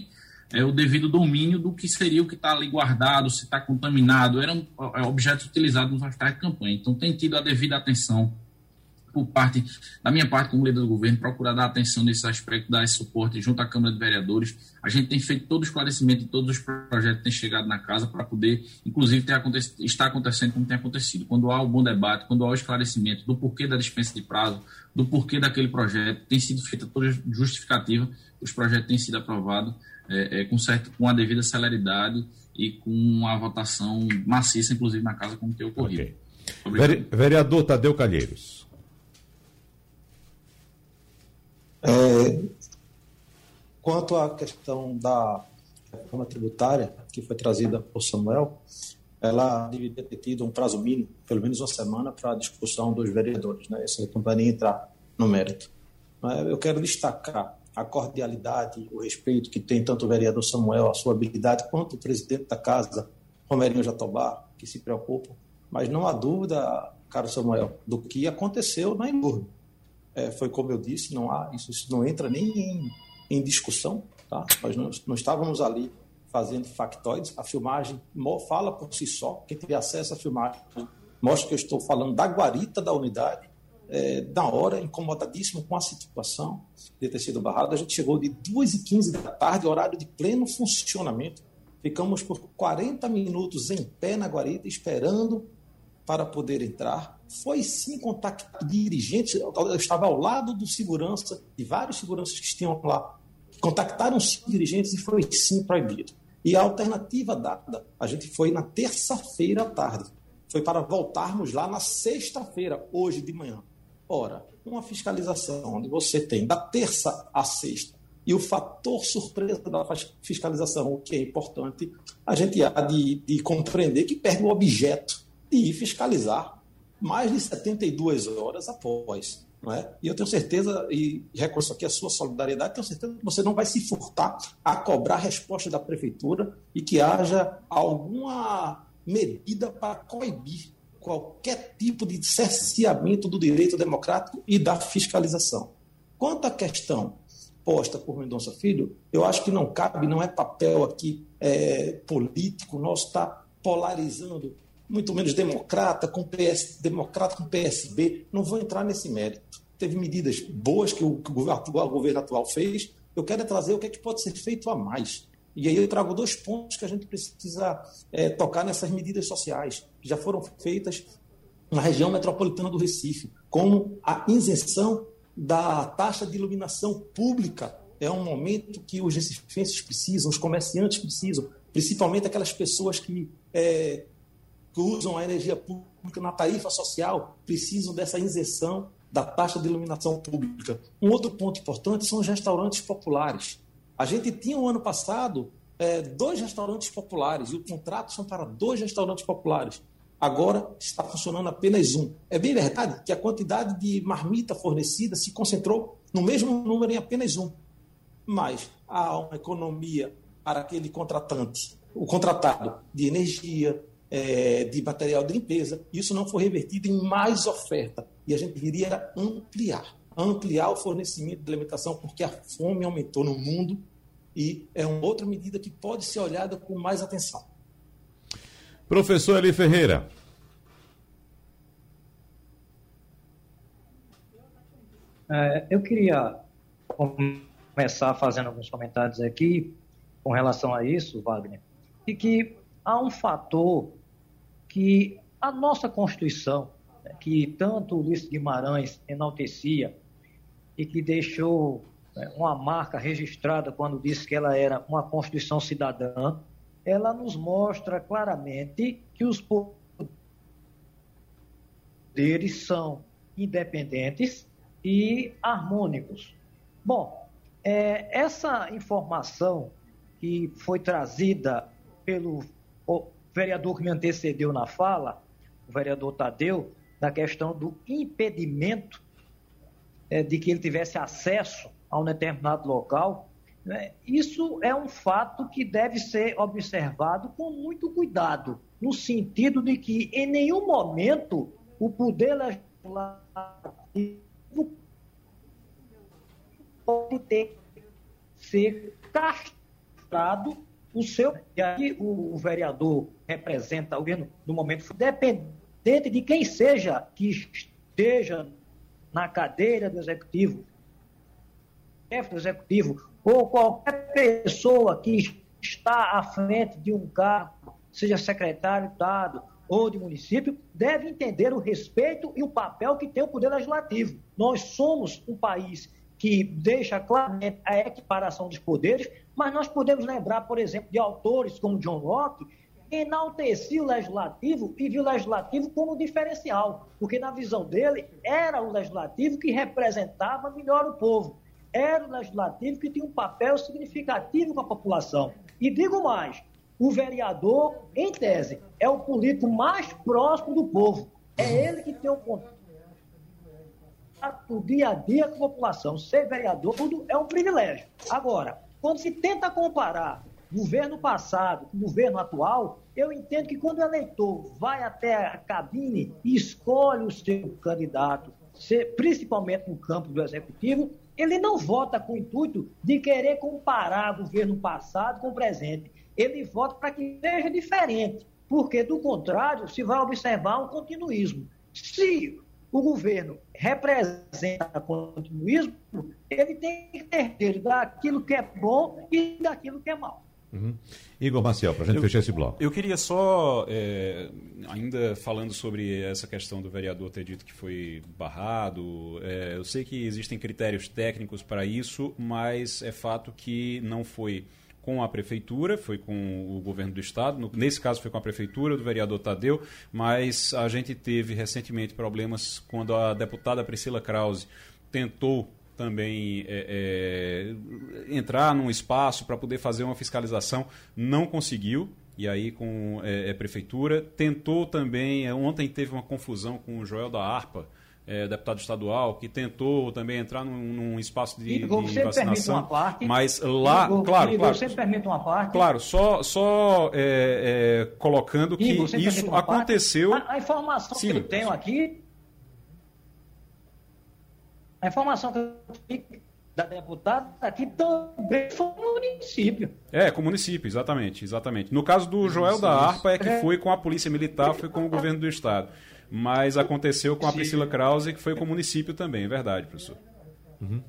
é, o devido domínio do que seria o que está ali guardado, se está contaminado, eram é, objetos utilizados nos hospitais de campanha. Então, tem tido a devida atenção por parte, da minha parte como líder do governo, procurar dar atenção nesse aspecto, dar esse suporte junto à Câmara de Vereadores. A gente tem feito todo o esclarecimento de todos os projetos que têm chegado na casa para poder, inclusive, ter aconte- estar acontecendo como tem acontecido. Quando há o bom debate, quando há o esclarecimento do porquê da dispensa de prazo, do porquê daquele projeto, tem sido feita toda a justificativa, os projetos têm sido aprovados é, é, com, certo, com a devida celeridade e com a votação maciça, inclusive, na casa, como tem ocorrido. Okay. Vere- Vereador Tadeu Calheiros. É, quanto à questão da reforma tributária que foi trazida por Samuel, ela deveria ter tido um prazo mínimo, pelo menos uma semana, para a discussão dos vereadores, né? Isso não vai nem entrar no mérito. Mas eu quero destacar a cordialidade, o respeito que tem tanto o vereador Samuel, a sua habilidade, quanto o presidente da casa, Romerinho Jatobá, que se preocupam. Mas não há dúvida, caro Samuel, do que aconteceu na Enurbe. É, foi como eu disse, não há, isso, isso não entra nem em, em discussão, tá? Nós não, não estávamos ali fazendo factoides, a filmagem fala por si só, quem tiver acesso à filmagem mostra que eu estou falando da guarita da unidade, é, na hora, incomodadíssimo com a situação de ter sido barrado. A gente chegou de duas e quinze da tarde, horário de pleno funcionamento, ficamos por quarenta minutos em pé na guarita, esperando para poder entrar. Foi sim contactar dirigentes, eu estava ao lado do segurança, de vários seguranças que estavam lá, contactaram os dirigentes e foi sim proibido. E a alternativa dada, a gente foi na terça-feira à tarde, foi para voltarmos lá na sexta-feira, hoje de manhã. Ora, uma fiscalização onde você tem da terça à sexta, e o fator surpresa da fiscalização, o que é importante, a gente há de, de compreender que perde o objeto de ir fiscalizar mais de setenta e duas horas após. Não é? E eu tenho certeza, e reconheço aqui a sua solidariedade, tenho certeza que você não vai se furtar a cobrar resposta da Prefeitura e que haja alguma medida para coibir qualquer tipo de cerceamento do direito democrático e da fiscalização. Quanto à questão posta por Mendonça Filho, eu acho que não cabe, não é papel aqui é, político nosso estar polarizando, muito menos democrata com P S, democrata com P S B, não vou entrar nesse mérito. Teve medidas boas que o, que o, atual, o governo atual fez, eu quero trazer o que é que pode ser feito a mais. E aí eu trago dois pontos que a gente precisa é, tocar nessas medidas sociais, que já foram feitas na região metropolitana do Recife, como a isenção da taxa de iluminação pública. É um momento que os recifenses precisam, os comerciantes precisam, principalmente aquelas pessoas que... É, que usam a energia pública na tarifa social, precisam dessa isenção da taxa de iluminação pública. Um outro ponto importante são os restaurantes populares. A gente tinha, no ano passado, é, dois restaurantes populares, e o contrato são para dois restaurantes populares. Agora está funcionando apenas um. É bem verdade que a quantidade de marmita fornecida se concentrou no mesmo número em apenas um. Mas há uma economia para aquele contratante, o contratado de energia, É, de material de limpeza, isso não foi revertido em mais oferta. E a gente iria ampliar, ampliar o fornecimento de alimentação, porque a fome aumentou no mundo e é uma outra medida que pode ser olhada com mais atenção. Professor Eli Ferreira. É, eu queria começar fazendo alguns comentários aqui com relação a isso, Wagner, e que há um fator que a nossa Constituição, que tanto o Luiz Guimarães enaltecia e que deixou uma marca registrada quando disse que ela era uma Constituição cidadã, ela nos mostra claramente que os poderes são independentes e harmônicos. Bom, é, essa informação que foi trazida pelo o vereador que me antecedeu na fala, o vereador Tadeu, da questão do impedimento é, de que ele tivesse acesso a um determinado local, né? Isso é um fato que deve ser observado com muito cuidado, no sentido de que em nenhum momento o poder legislativo pode ter, ser castigado demonstrado o seu... E aí o, o vereador representa o governo no momento, dependente de quem seja que esteja na cadeira do executivo, chefe do executivo, ou qualquer pessoa que está à frente de um cargo, seja secretário de Estado ou de município, deve entender o respeito e o papel que tem o Poder Legislativo. Nós somos um país que deixa claramente a equiparação dos poderes, mas nós podemos lembrar, por exemplo, de autores como John Locke, que enaltecia o Legislativo e viu o Legislativo como diferencial, porque na visão dele era o Legislativo que representava melhor o povo, era o Legislativo que tinha um papel significativo com a população. E digo mais, o vereador, em tese, é o político mais próximo do povo, é ele que tem o contato do dia a dia com a população. Ser vereador, tudo é um privilégio. Agora, quando se tenta comparar governo passado com governo atual, eu entendo que quando o eleitor vai até a cabine e escolhe o seu candidato, principalmente no campo do executivo, ele não vota com o intuito de querer comparar o governo passado com o presente. Ele vota para que seja diferente, porque, do contrário, se vai observar um continuismo. Se o governo representa continuismo, ele tem que ter dele daquilo que é bom e daquilo que é mal. Uhum. Igor Maciel, para a gente eu, fechar esse bloco. Eu queria só, é, ainda falando sobre essa questão do vereador ter dito que foi barrado, é, eu sei que existem critérios técnicos para isso, mas é fato que não foi com a prefeitura, foi com o governo do estado, no, nesse caso foi com a prefeitura do vereador Tadeu, mas a gente teve recentemente problemas quando a deputada Priscila Krause tentou também é, é, entrar num espaço para poder fazer uma fiscalização, não conseguiu, e aí com é, a prefeitura, tentou também, ontem teve uma confusão com o Joel da Harpa, é, deputado estadual, que tentou também entrar num, num espaço de, Igor, de você vacinação, permite uma parte? mas lá, Igor, claro, Igor, claro, você permite uma parte? Claro, só, só é, é, colocando que Igor, isso aconteceu... A, a informação Sim, que eu tenho aqui, a informação que eu tenho da deputada aqui também foi no município. É, com o município, exatamente, exatamente. No caso do Joel isso, da Harpa, é que foi com a Polícia Militar, foi com o governo do estado. Mas aconteceu com a Priscila Krause, que foi com o município também, é verdade, professor. Uhum.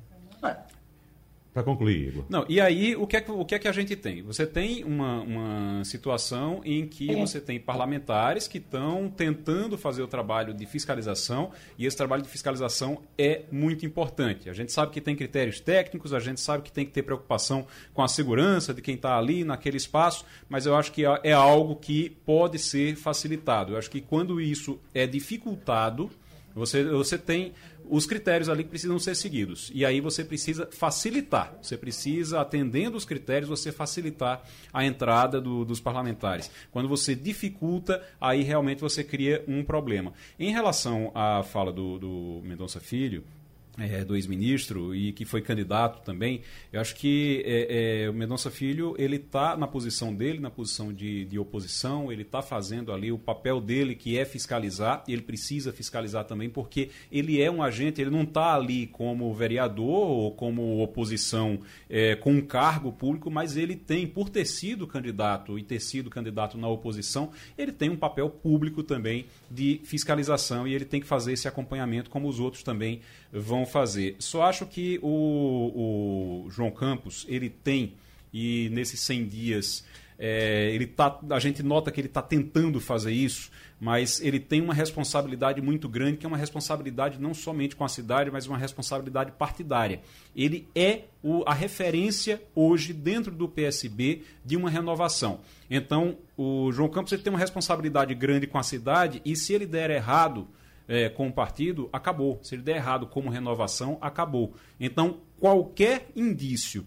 Para concluir, Igor. Não, e aí, o que, é que, o que é que a gente tem? Você tem uma, uma situação em que você tem parlamentares que estão tentando fazer o trabalho de fiscalização, e esse trabalho de fiscalização é muito importante. A gente sabe que tem critérios técnicos, a gente sabe que tem que ter preocupação com a segurança de quem está ali naquele espaço, mas eu acho que é algo que pode ser facilitado. Eu acho que quando isso é dificultado, você, você tem os critérios ali que precisam ser seguidos. E aí você precisa facilitar. Você precisa, atendendo os critérios, você facilitar a entrada do, dos parlamentares. Quando você dificulta, aí realmente você cria um problema. Em relação à fala do, do Mendonça Filho, É, do ex-ministro e que foi candidato também, eu acho que é, é, o Mendonça Filho, ele está na posição dele, na posição de, de oposição, ele está fazendo ali o papel dele, que é fiscalizar, e ele precisa fiscalizar também, porque ele é um agente, ele não está ali como vereador ou como oposição é, com um cargo público, mas ele tem, por ter sido candidato e ter sido candidato na oposição, ele tem um papel público também de fiscalização, e ele tem que fazer esse acompanhamento como os outros também vão fazer. Só acho que o, o João Campos, ele tem, e nesses cem dias, é, ele tá, a gente nota que ele está tentando fazer isso, mas ele tem uma responsabilidade muito grande, que é uma responsabilidade não somente com a cidade, mas uma responsabilidade partidária. Ele é o, a referência hoje dentro do P S B de uma renovação. Então, o João Campos ele tem uma responsabilidade grande com a cidade, e se ele der errado É, com o partido, acabou. Se ele der errado como renovação, acabou. Então, qualquer indício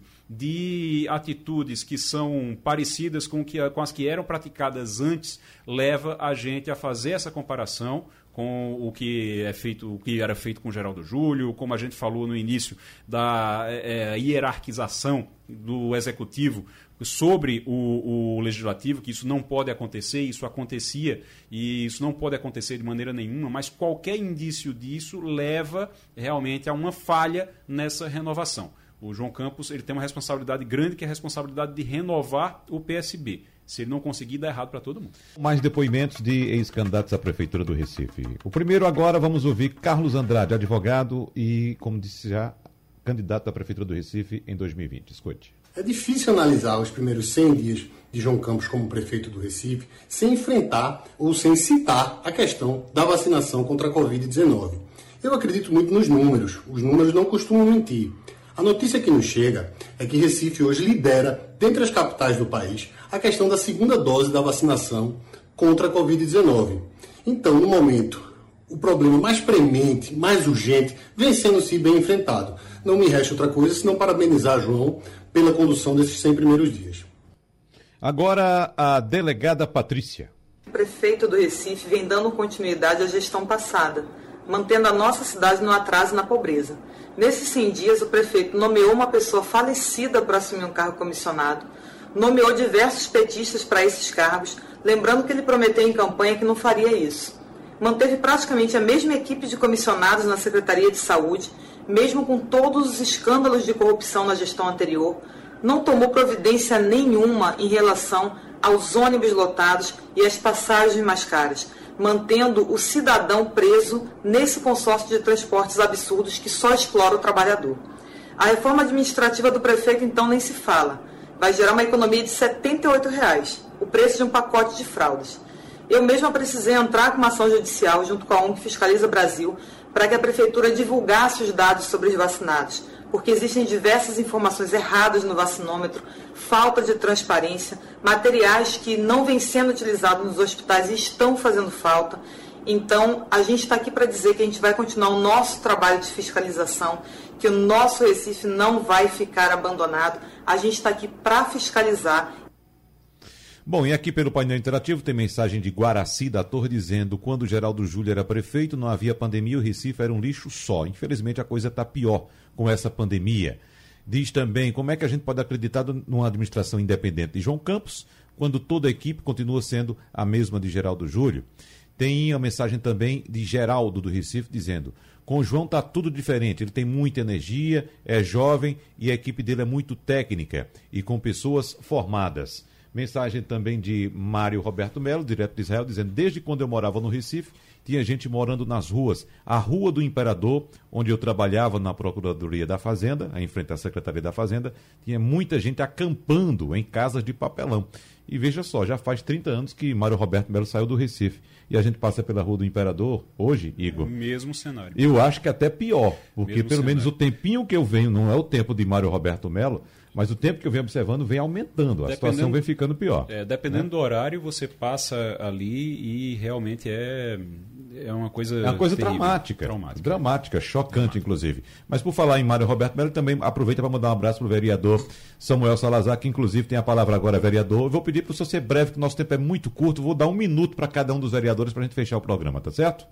de atitudes que são parecidas com, que, com as que eram praticadas antes, leva a gente a fazer essa comparação com o que é feito, o que era feito com Geraldo Júlio, como a gente falou no início da é, hierarquização do executivo sobre o, o legislativo, que isso não pode acontecer, isso acontecia e isso não pode acontecer de maneira nenhuma, mas qualquer indício disso leva realmente a uma falha nessa renovação. O João Campos ele tem uma responsabilidade grande, que é a responsabilidade de renovar o P S B. Se ele não conseguir, dá errado para todo mundo. Mais depoimentos de ex-candidatos à Prefeitura do Recife. O primeiro agora vamos ouvir Carlos Andrade, advogado e, como disse já, candidato à Prefeitura do Recife em dois mil e vinte. Escute. É difícil analisar os primeiros cem dias de João Campos como prefeito do Recife sem enfrentar ou sem citar a questão da vacinação contra a covid dezenove. Eu acredito muito nos números. Os números não costumam mentir. A notícia que nos chega é que Recife hoje lidera, dentre as capitais do país, a questão da segunda dose da vacinação contra a covid dezenove. Então, no momento, o problema mais premente, mais urgente, vem sendo-se bem enfrentado. Não me resta outra coisa senão parabenizar João pela condução desses cem primeiros dias. Agora, a delegada Patrícia. O prefeito do Recife vem dando continuidade à gestão passada, mantendo a nossa cidade no atraso e na pobreza. Nesses cem dias, o prefeito nomeou uma pessoa falecida para assumir um cargo comissionado, nomeou diversos petistas para esses cargos, lembrando que ele prometeu em campanha que não faria isso. Manteve praticamente a mesma equipe de comissionados na Secretaria de Saúde, mesmo com todos os escândalos de corrupção na gestão anterior, não tomou providência nenhuma em relação aos ônibus lotados e às passagens mais caras, mantendo o cidadão preso nesse consórcio de transportes absurdos que só explora o trabalhador. A reforma administrativa do prefeito, então, nem se fala. Vai gerar uma economia de setenta e oito reais, o preço de um pacote de fraldas. Eu mesma precisei entrar com uma ação judicial junto com a O N G Fiscaliza Brasil para que a prefeitura divulgasse os dados sobre os vacinados, porque existem diversas informações erradas no vacinômetro, falta de transparência, materiais que não vêm sendo utilizados nos hospitais e estão fazendo falta. Então, a gente está aqui para dizer que a gente vai continuar o nosso trabalho de fiscalização, que o nosso Recife não vai ficar abandonado. A gente está aqui para fiscalizar. Bom, e aqui pelo painel interativo tem mensagem de Guaraci da Torre dizendo: quando o Geraldo Júlio era prefeito, não havia pandemia, o Recife era um lixo só. Infelizmente a coisa está pior com essa pandemia. Diz também: como é que a gente pode acreditar numa administração independente de João Campos, quando toda a equipe continua sendo a mesma de Geraldo Júlio? Tem a mensagem também de Geraldo do Recife dizendo: com o João está tudo diferente, ele tem muita energia, é jovem e a equipe dele é muito técnica e com pessoas formadas. Mensagem também de Mário Roberto Melo, direto de Israel, dizendo: desde quando eu morava no Recife, tinha gente morando nas ruas. A Rua do Imperador, onde eu trabalhava na Procuradoria da Fazenda, em frente à Secretaria da Fazenda, tinha muita gente acampando em casas de papelão. E veja só, já faz trinta anos que Mário Roberto Melo saiu do Recife. E a gente passa pela Rua do Imperador hoje, Igor. Mesmo cenário. Eu acho que até pior, porque Mesmo pelo cenário. menos o tempinho que eu venho, não é o tempo de Mário Roberto Melo, mas o tempo que eu venho observando vem aumentando, a Dependendo- situação vem ficando pior. É, dependendo do horário, você passa ali e realmente é, é uma coisa É uma coisa terrível, dramática, traumática. dramática, chocante, inclusive. Mas por falar em Mário Roberto Melo, também aproveita para mandar um abraço para o vereador Samuel Salazar, que inclusive tem a palavra agora, vereador. Eu vou pedir para o senhor ser breve, que o nosso tempo é muito curto, vou dar um minuto para cada um dos vereadores para a gente fechar o programa, tá certo?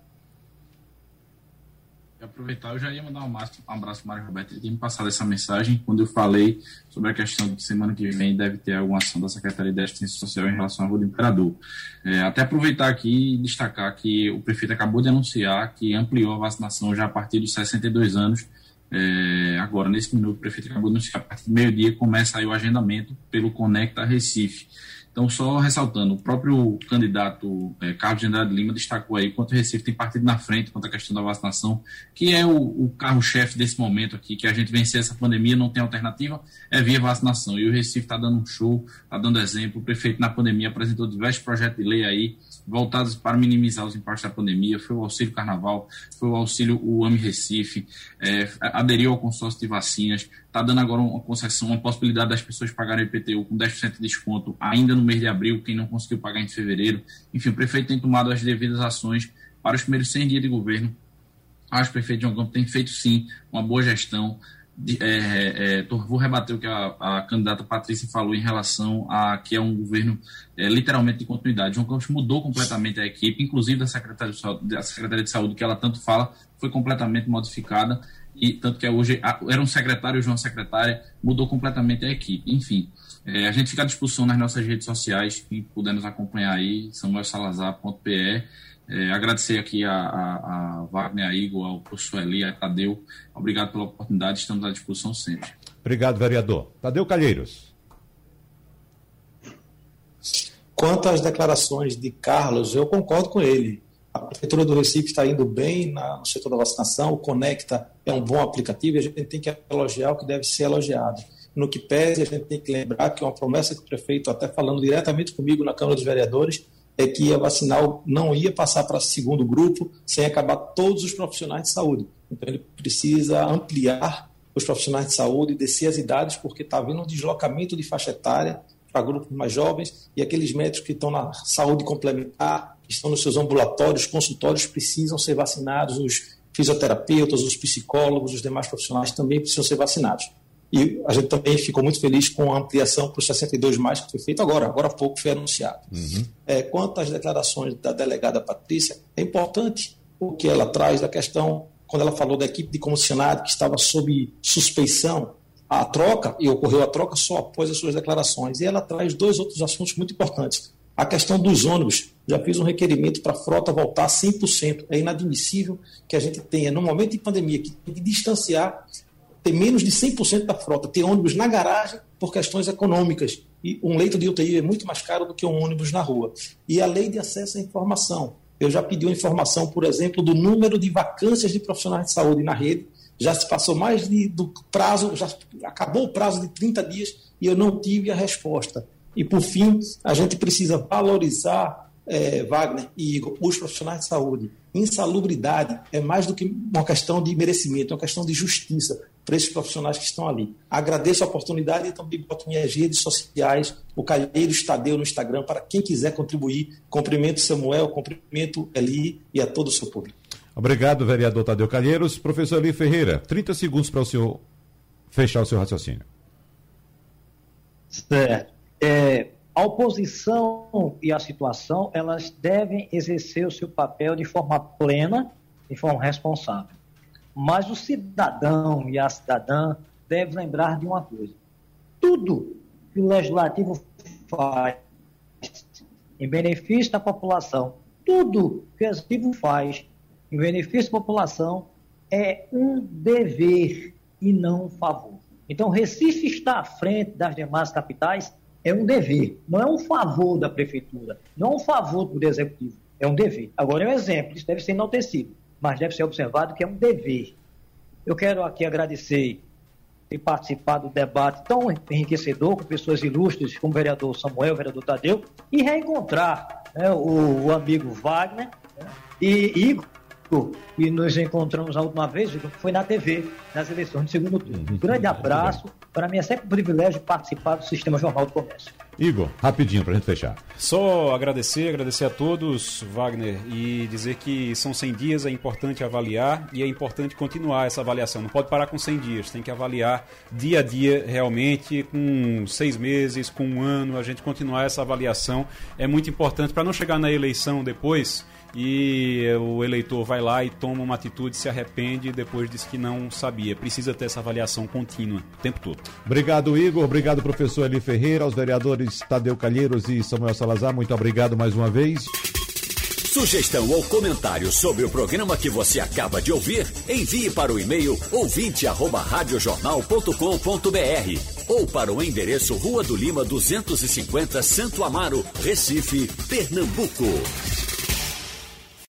Aproveitar, eu já ia mandar um abraço um abraço para o Mário Roberto. Ele tinha me passado essa mensagem quando eu falei sobre a questão de que semana que vem deve ter alguma ação da Secretaria de Assistência Social em relação à Rua do Imperador. É, até aproveitar aqui e destacar que o prefeito acabou de anunciar que ampliou a vacinação já a partir dos sessenta e dois anos. É, agora, nesse minuto, o prefeito acabou de anunciar, a partir do meio-dia começa aí o agendamento pelo Conecta Recife. Então, só ressaltando, o próprio candidato eh, Carlos de Andrade Lima destacou aí quanto o Recife tem partido na frente quanto à questão da vacinação, que é o, o carro-chefe desse momento aqui, que a gente vencer essa pandemia, não tem alternativa, é via vacinação. E o Recife está dando um show, está dando exemplo. O prefeito, na pandemia, apresentou diversos projetos de lei aí, voltados para minimizar os impactos da pandemia. Foi o Auxílio Carnaval, foi o Auxílio o AMI Recife, eh, aderiu ao consórcio de vacinas, está dando agora uma concessão, uma possibilidade das pessoas pagarem o I P T U com dez por cento de desconto ainda no mês de abril, quem não conseguiu pagar em fevereiro. Enfim, o prefeito tem tomado as devidas ações para os primeiros cem dias de governo. Acho que o prefeito João Campos tem feito, sim, uma boa gestão. De, é, é, vou rebater o que a, a candidata Patrícia falou em relação a que é um governo é, literalmente de continuidade. João Campos mudou completamente a equipe, inclusive da Secretaria de Saúde, da Secretaria de Saúde, que ela tanto fala, foi completamente modificada, e tanto que hoje era um secretário, hoje uma secretária, mudou completamente a equipe. Enfim, é, a gente fica à disposição nas nossas redes sociais, quem puder nos acompanhar aí, samuel salazar ponto p e. É, agradecer aqui a, a, a Wagner, a Igor, ao professor Eli, a Tadeu. Obrigado pela oportunidade, estamos à disposição sempre. Obrigado, vereador. Tadeu Calheiros. Quanto às declarações de Carlos, eu concordo com ele. A Prefeitura do Recife está indo bem na, no setor da vacinação, o Conecta é um bom aplicativo e a gente tem que elogiar o que deve ser elogiado. No que pese, a gente tem que lembrar que uma promessa que o prefeito, até falando diretamente comigo na Câmara dos Vereadores, é que a vacinal não ia passar para segundo grupo sem acabar todos os profissionais de saúde. Então ele precisa ampliar os profissionais de saúde, descer as idades, porque está havendo um deslocamento de faixa etária para grupos mais jovens, e aqueles médicos que estão na saúde complementar, que estão nos seus ambulatórios, consultórios, precisam ser vacinados, os fisioterapeutas, os psicólogos, os demais profissionais também precisam ser vacinados. E a gente também ficou muito feliz com a ampliação para os sessenta e dois mais, que foi feito agora, agora há pouco foi anunciado. Uhum. É, quanto às declarações da delegada Patrícia, é importante o que ela traz da questão, quando ela falou da equipe de comissionado que estava sob suspeição, a troca, e ocorreu a troca só após as suas declarações, e ela traz dois outros assuntos muito importantes. A questão dos ônibus, já fiz um requerimento para a frota voltar a cem por cento. É inadmissível que a gente tenha, no momento de pandemia, que tem que distanciar, ter menos de cem por cento da frota, ter ônibus na garagem por questões econômicas. E um leito de U T I é muito mais caro do que um ônibus na rua. E a lei de acesso à informação. Eu já pedi uma informação, por exemplo, do número de vacâncias de profissionais de saúde na rede. Já se passou mais de, do prazo, já acabou o prazo de trinta dias e eu não tive a resposta. E, por fim, a gente precisa valorizar, é, Wagner e Igor, os profissionais de saúde. Insalubridade é mais do que uma questão de merecimento, é uma questão de justiça para esses profissionais que estão ali. Agradeço a oportunidade e também boto minhas redes sociais, o Calheiros Tadeu no Instagram, para quem quiser contribuir. Cumprimento Samuel, cumprimento Eli e a todo o seu público. Obrigado, vereador Tadeu Calheiros. Professor Eli Ferreira, trinta segundos para o senhor fechar o seu raciocínio. Certo. É, a oposição e a situação, elas devem exercer o seu papel de forma plena, de forma responsável. Mas o cidadão e a cidadã devem lembrar de uma coisa. Tudo que o legislativo faz em benefício da população, tudo que o executivo faz em benefício da população é um dever e não um favor. Então, Recife está à frente das demais capitais é um dever, não é um favor da prefeitura, não é um favor do executivo, é um dever. Agora é um exemplo, isso deve ser enaltecido, mas deve ser observado que é um dever. Eu quero aqui agradecer ter participado do debate tão enriquecedor com pessoas ilustres como o vereador Samuel, o vereador Tadeu, e reencontrar, né, o, o amigo Wagner, né, e Igor, e nos encontramos a última vez, foi na T V, nas eleições de segundo turno. Um grande abraço. Para mim é sempre um privilégio participar do Sistema Jornal do Comércio. Igor, rapidinho para a gente fechar. Só agradecer, agradecer a todos, Wagner, e dizer que são cem dias, é importante avaliar e é importante continuar essa avaliação. Não pode parar com cem dias, tem que avaliar dia a dia realmente, com seis meses, com um ano, a gente continuar essa avaliação. É muito importante para não chegar na eleição depois e o eleitor vai lá e toma uma atitude, se arrepende e depois diz que não sabia. Precisa ter essa avaliação contínua o tempo todo. Obrigado, Igor. Obrigado, professor Eli Ferreira. Aos vereadores Tadeu Calheiros e Samuel Salazar, muito obrigado mais uma vez. Sugestão ou comentário sobre o programa que você acaba de ouvir, envie para o e-mail ouvinte arroba radiojornal ponto com ponto br ou para o endereço Rua do Lima duzentos e cinquenta, Santo Amaro, Recife, Pernambuco.